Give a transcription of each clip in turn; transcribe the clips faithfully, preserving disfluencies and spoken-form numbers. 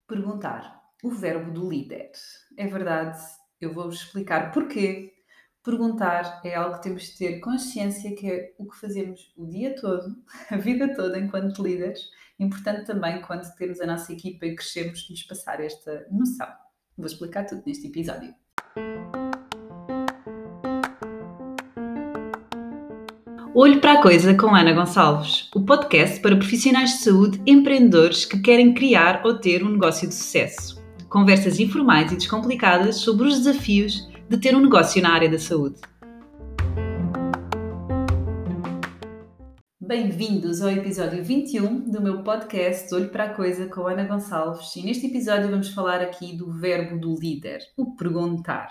Perguntar, o verbo do líder. É verdade, eu vou-vos explicar porquê. Perguntar é algo que temos de ter consciência que é o que fazemos o dia todo, a vida toda enquanto líderes. Importante também quando temos a nossa equipa e crescemos, nos passar esta noção. Vou explicar tudo neste episódio. Olho para a Coisa com Ana Gonçalves, o podcast para profissionais de saúde empreendedores que querem criar ou ter um negócio de sucesso. Conversas informais e descomplicadas sobre os desafios de ter um negócio na área da saúde. Bem-vindos ao episódio vinte e um do meu podcast Olho para a Coisa com Ana Gonçalves. E neste episódio vamos falar aqui do verbo do líder, o perguntar.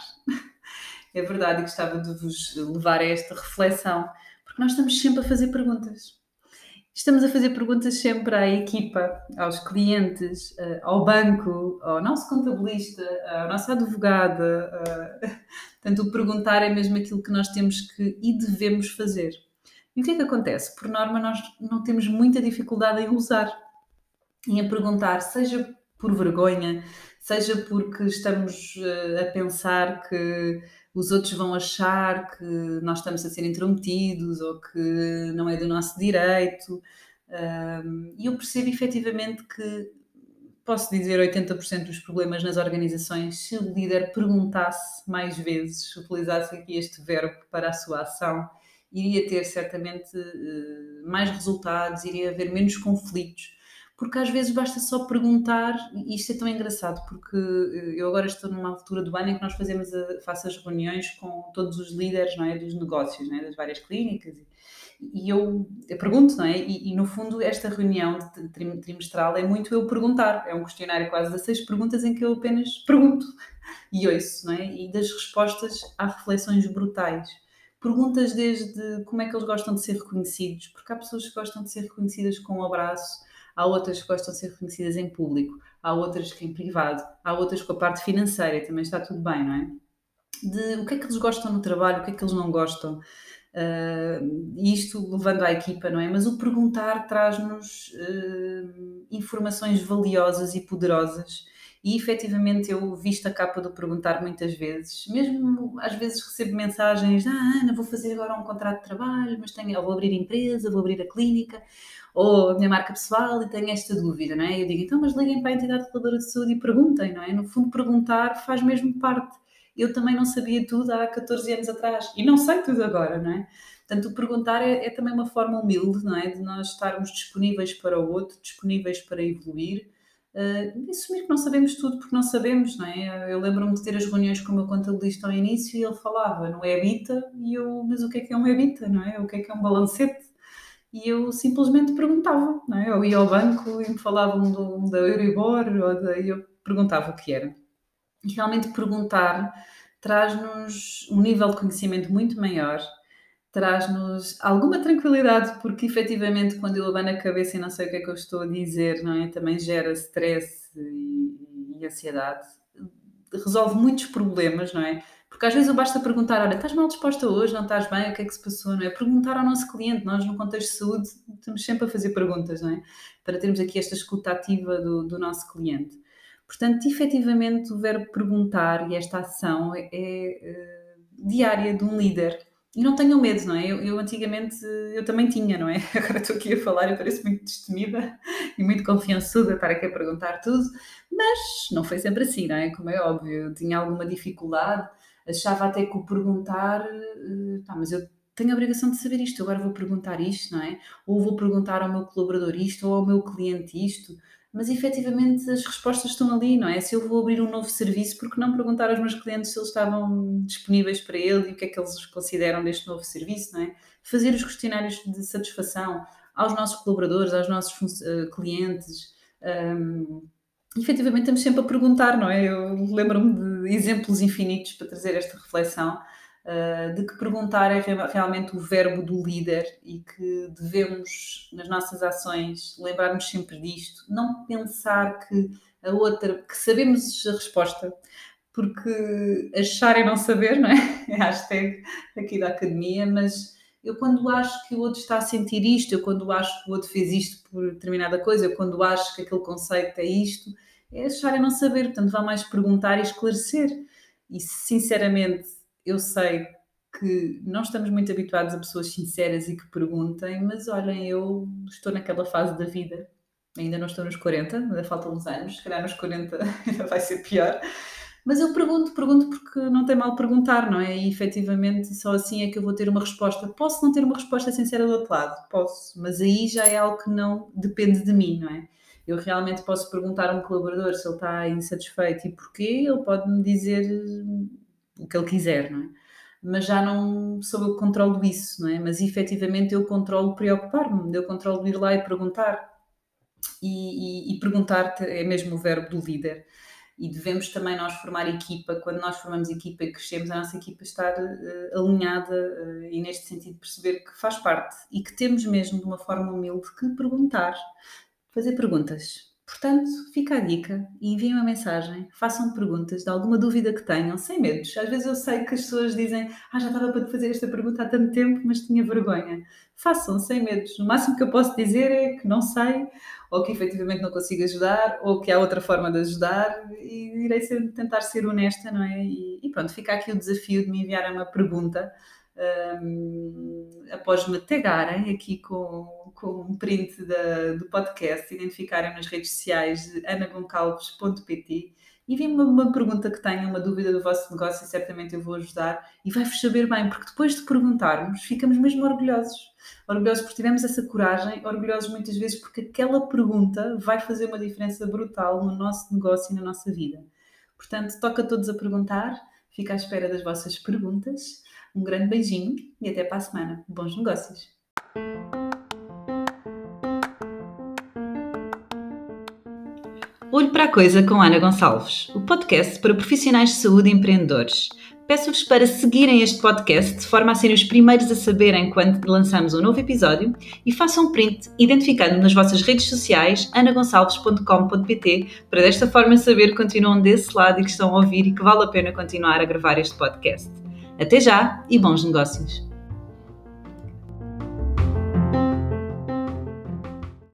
É verdade, e gostava de vos levar a esta reflexão, porque nós estamos sempre a fazer perguntas. Estamos a fazer perguntas sempre à equipa, aos clientes, ao banco, ao nosso contabilista, à nossa advogada. Portanto, o perguntar é mesmo aquilo que nós temos que e devemos fazer. E o que é que acontece? Por norma, nós não temos muita dificuldade em usar, em a perguntar, seja por vergonha, seja porque estamos uh, a pensar que os outros vão achar que nós estamos a ser intrometidos ou que não é do nosso direito. Uh, e eu percebo efetivamente que, posso dizer, oitenta por cento dos problemas nas organizações, se o líder perguntasse mais vezes, utilizasse aqui este verbo para a sua ação, iria ter certamente uh, mais resultados, iria haver menos conflitos. Porque às vezes basta só perguntar, e isto é tão engraçado, porque eu agora estou numa altura do ano em que nós fazemos a, faço as reuniões com todos os líderes, não é, dos negócios, não é, das várias clínicas, e, e eu, eu pergunto, não é, e, e no fundo esta reunião de trimestral é muito eu perguntar, é um questionário quase de seis perguntas em que eu apenas pergunto e ouço, não é, e das respostas há reflexões brutais. Perguntas desde como é que eles gostam de ser reconhecidos, porque há pessoas que gostam de ser reconhecidas com um abraço, há outras que gostam de ser reconhecidas em público, há outras que em privado, há outras com a parte financeira, também está tudo bem, não é? De o que é que eles gostam no trabalho, o que é que eles não gostam, uh, e isto levando à equipa, não é? Mas o perguntar traz-nos uh, informações valiosas e poderosas. E efetivamente eu visto a capa do perguntar muitas vezes, mesmo às vezes recebo mensagens, ah Ana, vou fazer agora um contrato de trabalho, mas tenho, vou abrir a empresa, vou abrir a clínica, ou a minha marca pessoal e tenho esta dúvida, não é? Eu digo, então mas liguem para a entidade reguladora de saúde e perguntem, não é? No fundo perguntar faz mesmo parte. Eu também não sabia tudo há catorze anos atrás e não sei tudo agora, não é? Portanto, o perguntar é, é também uma forma humilde, não é? De nós estarmos disponíveis para o outro, disponíveis para evoluir, uh, e assumir que não sabemos tudo porque não sabemos, não é? Eu lembro-me de ter as reuniões com o meu contabilista ao início e ele falava no EBITDA e eu, mas o que é que é um EBITDA, não é? O que é que é um balancete? E eu simplesmente perguntava, não é? Eu ia ao banco e me falavam do, da Euribor, ou da, e eu perguntava o que era. E realmente perguntar traz-nos um nível de conhecimento muito maior, traz-nos alguma tranquilidade, porque efetivamente quando eu abano a cabeça e não sei o que é que eu estou a dizer, não é? Também gera stress e, e ansiedade. Resolve muitos problemas, não é? Porque às vezes eu basta perguntar, olha, estás mal disposta hoje, não estás bem, o que é que se passou, não é? Perguntar ao nosso cliente, nós no contexto de saúde estamos sempre a fazer perguntas, não é? Para termos aqui esta escuta ativa do, do nosso cliente. Portanto, efetivamente o verbo perguntar e esta ação é, é uh, diária de um líder. E não tenham medo, não é? Eu, eu antigamente, eu também tinha, não é? Agora estou aqui a falar e pareço muito destemida e muito confiançuda, estar aqui a perguntar tudo, mas não foi sempre assim, não é? Como é óbvio, eu tinha alguma dificuldade, achava até que o perguntar, uh, pá, mas eu tenho a obrigação de saber isto, agora vou perguntar isto, não é? Ou vou perguntar ao meu colaborador isto, ou ao meu cliente isto, mas efetivamente as respostas estão ali, não é? Se eu vou abrir um novo serviço, por que não perguntar aos meus clientes se eles estavam disponíveis para ele e o que é que eles consideram deste novo serviço, não é? Fazer os questionários de satisfação aos nossos colaboradores, aos nossos uh, clientes. Um, efetivamente estamos sempre a perguntar, não é? Eu lembro-me de exemplos infinitos para trazer esta reflexão, uh, de que perguntar é re- realmente o verbo do líder e que devemos, nas nossas ações, lembrar-nos sempre disto, não pensar que a outra, que sabemos a resposta, porque achar é não saber, não é? É a hashtag aqui da academia, mas eu quando acho que o outro está a sentir isto, eu quando acho que o outro fez isto por determinada coisa, eu quando acho que aquele conceito é isto, é achar e não saber, portanto vá mais perguntar e esclarecer. E sinceramente eu sei que não estamos muito habituados a pessoas sinceras e que perguntem, mas olhem, eu estou naquela fase da vida, ainda não estou nos quarenta, ainda faltam uns anos, se calhar nos quarenta ainda vai ser pior, mas eu pergunto, pergunto porque não tem mal perguntar, não é? E efetivamente só assim é que eu vou ter uma resposta. Posso não ter uma resposta sincera do outro lado, posso, mas aí já é algo que não depende de mim, não é? Eu realmente posso perguntar a um colaborador se ele está insatisfeito e porquê, ele pode-me dizer o que ele quiser, não é? Mas já não sou eu que controlo isso, não é? Mas efetivamente eu controlo preocupar-me, eu controlo ir lá e perguntar. E, e, e perguntar é mesmo o verbo do líder. E devemos também nós formar equipa, quando nós formamos equipa e crescemos, a nossa equipa estar uh, alinhada uh, e neste sentido perceber que faz parte e que temos mesmo de uma forma humilde que perguntar, fazer perguntas. Portanto, fica a dica e enviem uma mensagem, façam perguntas de alguma dúvida que tenham, sem medos. Às vezes eu sei que as pessoas dizem, ah, já estava para te fazer esta pergunta há tanto tempo, mas tinha vergonha. Façam, sem medos. O máximo que eu posso dizer é que não sei, ou que efetivamente não consigo ajudar, ou que há outra forma de ajudar, e irei ser, tentar ser honesta, não é? E, e pronto, fica aqui o desafio de me enviarem uma pergunta, um, após me tagarem aqui com, com um print da, do podcast, identificarem nas redes sociais de ana goncalves ponto pt e enviem-me uma, uma pergunta que tenham, uma dúvida do vosso negócio e certamente eu vou ajudar e vai-vos saber bem, porque depois de perguntarmos ficamos mesmo orgulhosos. Orgulhosos porque tivemos essa coragem, orgulhosos muitas vezes porque aquela pergunta vai fazer uma diferença brutal no nosso negócio e na nossa vida. Portanto, toca a todos a perguntar, fico à espera das vossas perguntas. Um grande beijinho e até para a semana. Bons negócios! Olho para a Coisa com Ana Gonçalves, o podcast para profissionais de saúde e empreendedores. Peço-vos para seguirem este podcast de forma a serem os primeiros a saberem quando lançamos um novo episódio e façam um print identificando-me nas vossas redes sociais ana gonçalves ponto com ponto pt para desta forma saber que continuam desse lado e que estão a ouvir e que vale a pena continuar a gravar este podcast. Até já e bons negócios!